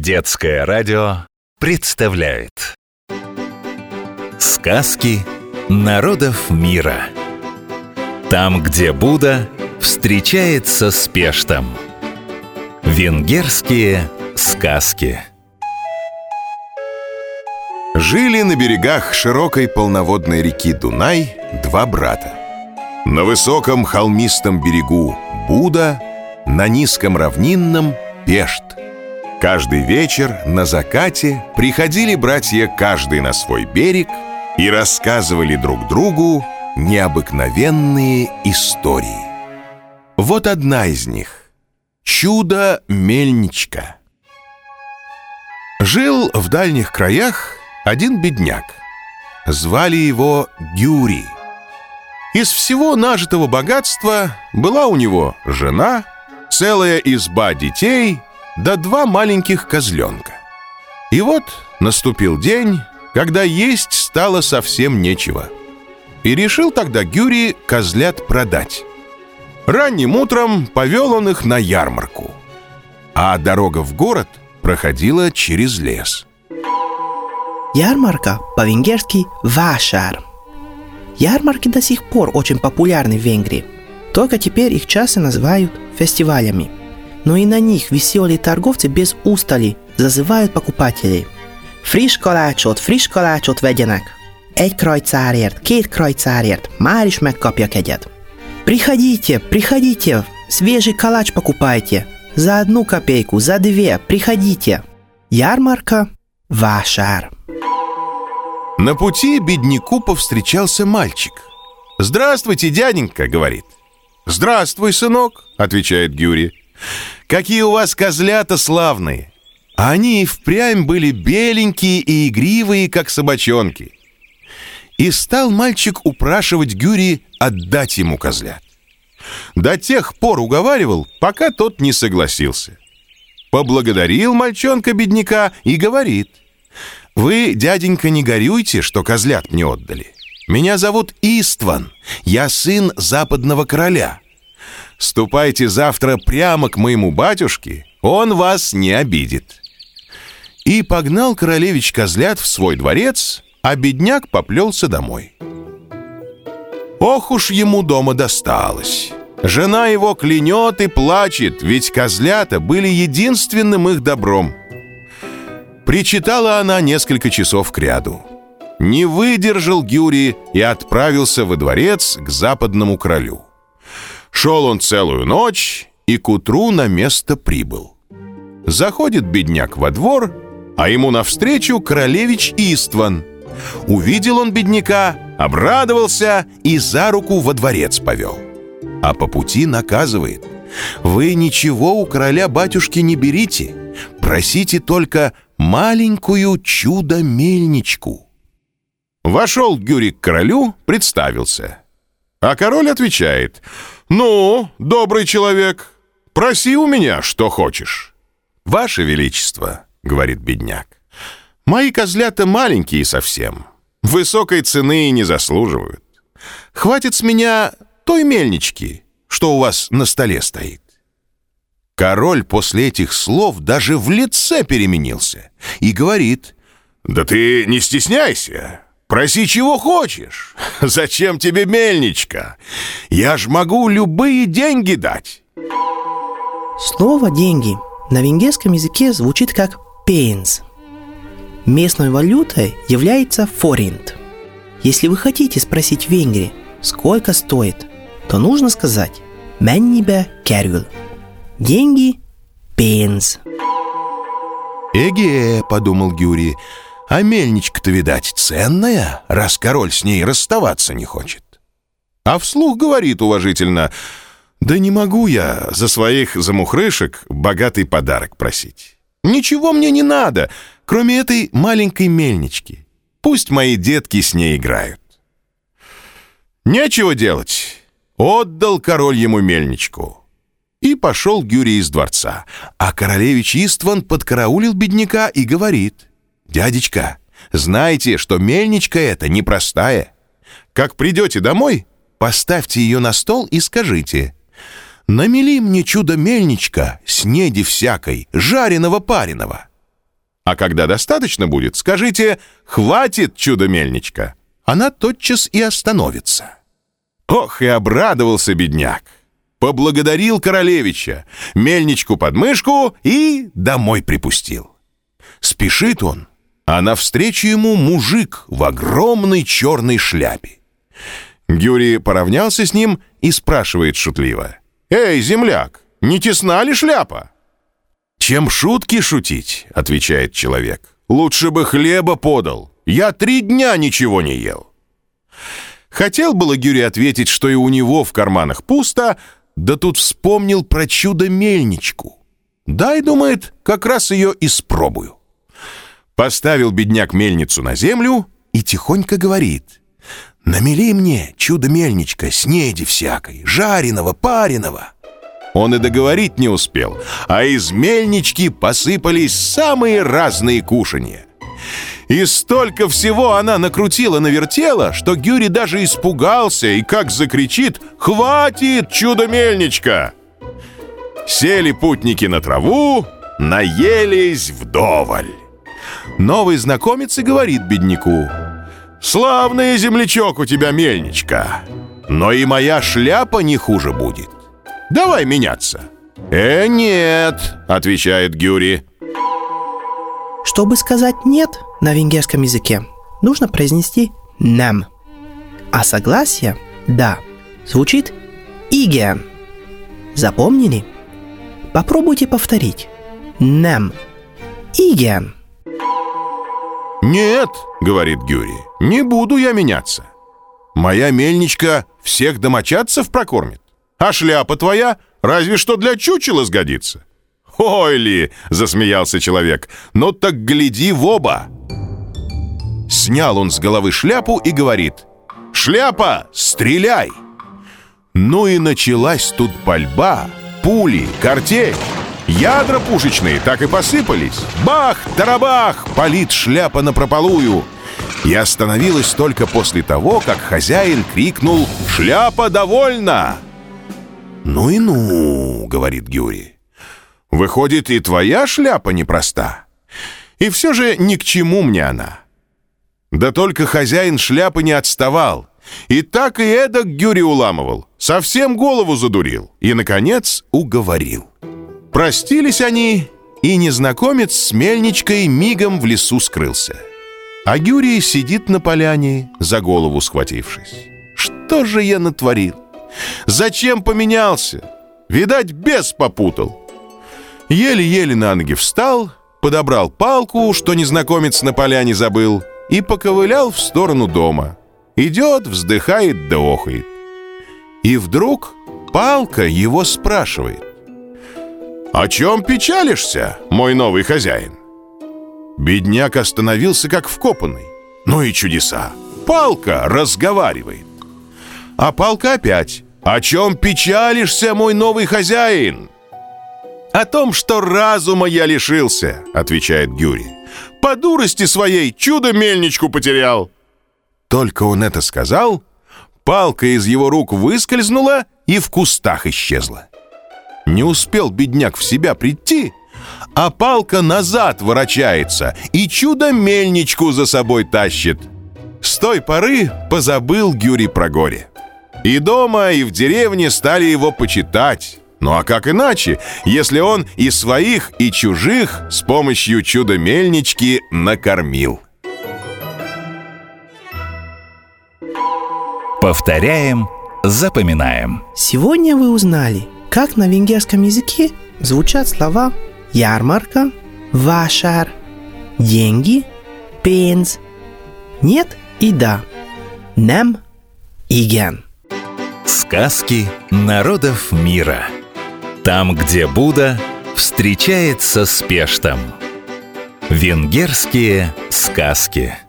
Детское радио представляет сказки народов мира. Там, где Будда встречается с Пештом. Венгерские сказки. Жили на берегах широкой полноводной реки Дунай два брата. На высоком холмистом берегу Будда, на низком равнинном Пешт. Каждый вечер на закате приходили братья каждый на свой берег и рассказывали друг другу необыкновенные истории. Вот одна из них — «Чудо-мельничка». Жил в дальних краях один бедняк. Звали его Гюри. Из всего нажитого богатства была у него жена, целая изба детей да два маленьких козленка. И вот наступил день, когда есть стало совсем нечего. И решил тогда Гюри козлят продать. Ранним утром повел он их на ярмарку. А дорога в город проходила через лес. Ярмарка по-венгерски «вашар». Ярмарки до сих пор очень популярны в Венгрии. Только теперь их часто называют фестивалями. Но и на них веселые торговцы без устали зазывают покупателей. Friss kalácsot vegyenek! Egy krajcárért, két krajcárért, már is megkapja kegyet. Приходите, приходите, свежий калач покупайте. За 1 копейку, за 2, приходите. Ярмарка «вашар». На пути бедняку повстречался мальчик. «Здравствуйте, дяденька», — говорит. «Здравствуй, сынок», — отвечает Гюри. «Какие у вас козлята славные!» А они и впрямь были беленькие и игривые, как собачонки. И стал мальчик упрашивать Гюри отдать ему козлят. До тех пор уговаривал, пока тот не согласился. Поблагодарил мальчонка бедняка и говорит: «Вы, дяденька, не горюйте, что козлят мне отдали. Меня зовут Истван, я сын западного короля. Ступайте завтра прямо к моему батюшке, он вас не обидит». И погнал королевич козлят в свой дворец, а бедняк поплелся домой. Ох уж ему дома досталось. Жена его клянет и плачет, ведь козлята были единственным их добром. Причитала она несколько часов кряду. Не выдержал Гюри и отправился во дворец к западному королю. Шел он целую ночь и к утру на место прибыл. Заходит бедняк во двор, а ему навстречу королевич Истван. Увидел он бедняка, обрадовался и за руку во дворец повел. А по пути наказывает: «Вы ничего у короля-батюшки не берите, просите только маленькую чудо-мельничку». Вошел Гюри к королю, представился. А король отвечает: «Ну, добрый человек, проси у меня, что хочешь». «Ваше величество, — говорит бедняк, — мои козлята маленькие совсем, высокой цены и не заслуживают. Хватит с меня той мельнички, что у вас на столе стоит». Король после этих слов даже в лице переменился и говорит: «Да ты не стесняйся, проси чего хочешь. Зачем тебе мельничка? Я ж могу любые деньги дать». Слово «деньги» на венгерском языке звучит как «pénz». Местной валютой является форинт. Если вы хотите спросить в Венгрии, сколько стоит, то нужно сказать «mennyibe kerül». Деньги – «pénz». «Эге», — подумал Гюри, — «а мельничка-то, видать, ценная, раз король с ней расставаться не хочет». А вслух говорит уважительно: «Да не могу я за своих замухрышек богатый подарок просить. Ничего мне не надо, кроме этой маленькой мельнички. Пусть мои детки с ней играют». Нечего делать. Отдал король ему мельничку. И пошел Гюри из дворца. А королевич Истван подкараулил бедняка и говорит: «Дядечка, знайте, что мельничка эта непростая. Как придете домой, поставьте ее на стол и скажите: намели мне чудо-мельничка снеди всякой, жареного-пареного. А когда достаточно будет, скажите: «Хватит, чудо-мельничка». Она тотчас и остановится. Ох, и обрадовался бедняк. Поблагодарил королевича, мельничку под мышку и домой припустил. Спешит он, а навстречу ему мужик в огромной черной шляпе. Гюри поравнялся с ним и спрашивает шутливо: «Эй, земляк, не тесна ли шляпа?» «Чем шутки шутить?» — отвечает человек. «Лучше бы хлеба подал. Я 3 дня ничего не ел». Хотел было Гюри ответить, что и у него в карманах пусто, да тут вспомнил про чудо-мельничку. «Дай, — думает, — как раз ее испробую». Поставил бедняк мельницу на землю и тихонько говорит: «Намели мне, чудо-мельничка, снеди всякой, жареного, пареного». Он и договорить не успел, а из мельнички посыпались самые разные кушанья. И столько всего она накрутила-навертела, что Гюри даже испугался и как закричит: «Хватит, чудо-мельничка!» Сели путники на траву, наелись вдоволь. Новый знакомец и говорит бедняку: «Славный землячок у тебя, мельничка, но и моя шляпа не хуже будет. Давай меняться». Нет», — отвечает Гюри. Чтобы сказать «нет» на венгерском языке, нужно произнести «nem». А согласие «да» звучит «igen». Запомнили? Попробуйте повторить. «Nem», «igen». «Нет», — говорит Гюри, — «не буду я меняться. Моя мельничка всех домочадцев прокормит, а шляпа твоя разве что для чучела сгодится». «Ой ли!» — засмеялся человек. «Ну так гляди в оба!» Снял он с головы шляпу и говорит: «Шляпа, стреляй!» Ну и началась тут пальба, пули, картечь. Ядра пушечные так и посыпались. Бах-тарабах! Палит шляпа напропалую. И остановилась только после того, как хозяин крикнул: «Шляпа довольна!» «Ну и ну!» — говорит Гюри. «Выходит, и твоя шляпа непроста. И все же ни к чему мне она». Да только хозяин шляпы не отставал. И так и эдак Гюри уламывал. Совсем голову задурил. И, наконец, уговорил. Простились они, и незнакомец с мельничкой мигом в лесу скрылся. А Гюри сидит на поляне, за голову схватившись. «Что же я натворил? Зачем поменялся? Видать, бес попутал». Еле-еле на ноги встал, подобрал палку, что незнакомец на поляне забыл, и поковылял в сторону дома. Идет, вздыхает да охает. И вдруг палка его спрашивает: «О чем печалишься, мой новый хозяин?» Бедняк остановился как вкопанный. Ну и чудеса! Палка разговаривает. А палка опять: «О чем печалишься, мой новый хозяин?» «О том, что разума я лишился», — отвечает Гюри. «По дурости своей чудо-мельничку потерял». Только он это сказал, палка из его рук выскользнула и в кустах исчезла. Не успел бедняк в себя прийти, а палка назад ворочается и чудо-мельничку за собой тащит. С той поры позабыл Гюри про горе. И дома, и в деревне стали его почитать. Ну а как иначе, если он и своих, и чужих с помощью чудо-мельнички накормил? Повторяем, запоминаем. Сегодня вы узнали, как на венгерском языке звучат слова ярмарка, вашар, деньги, pénz, нет и да, nem, igen. Сказки народов мира. Там, где Будда встречается с Пештом. Венгерские сказки.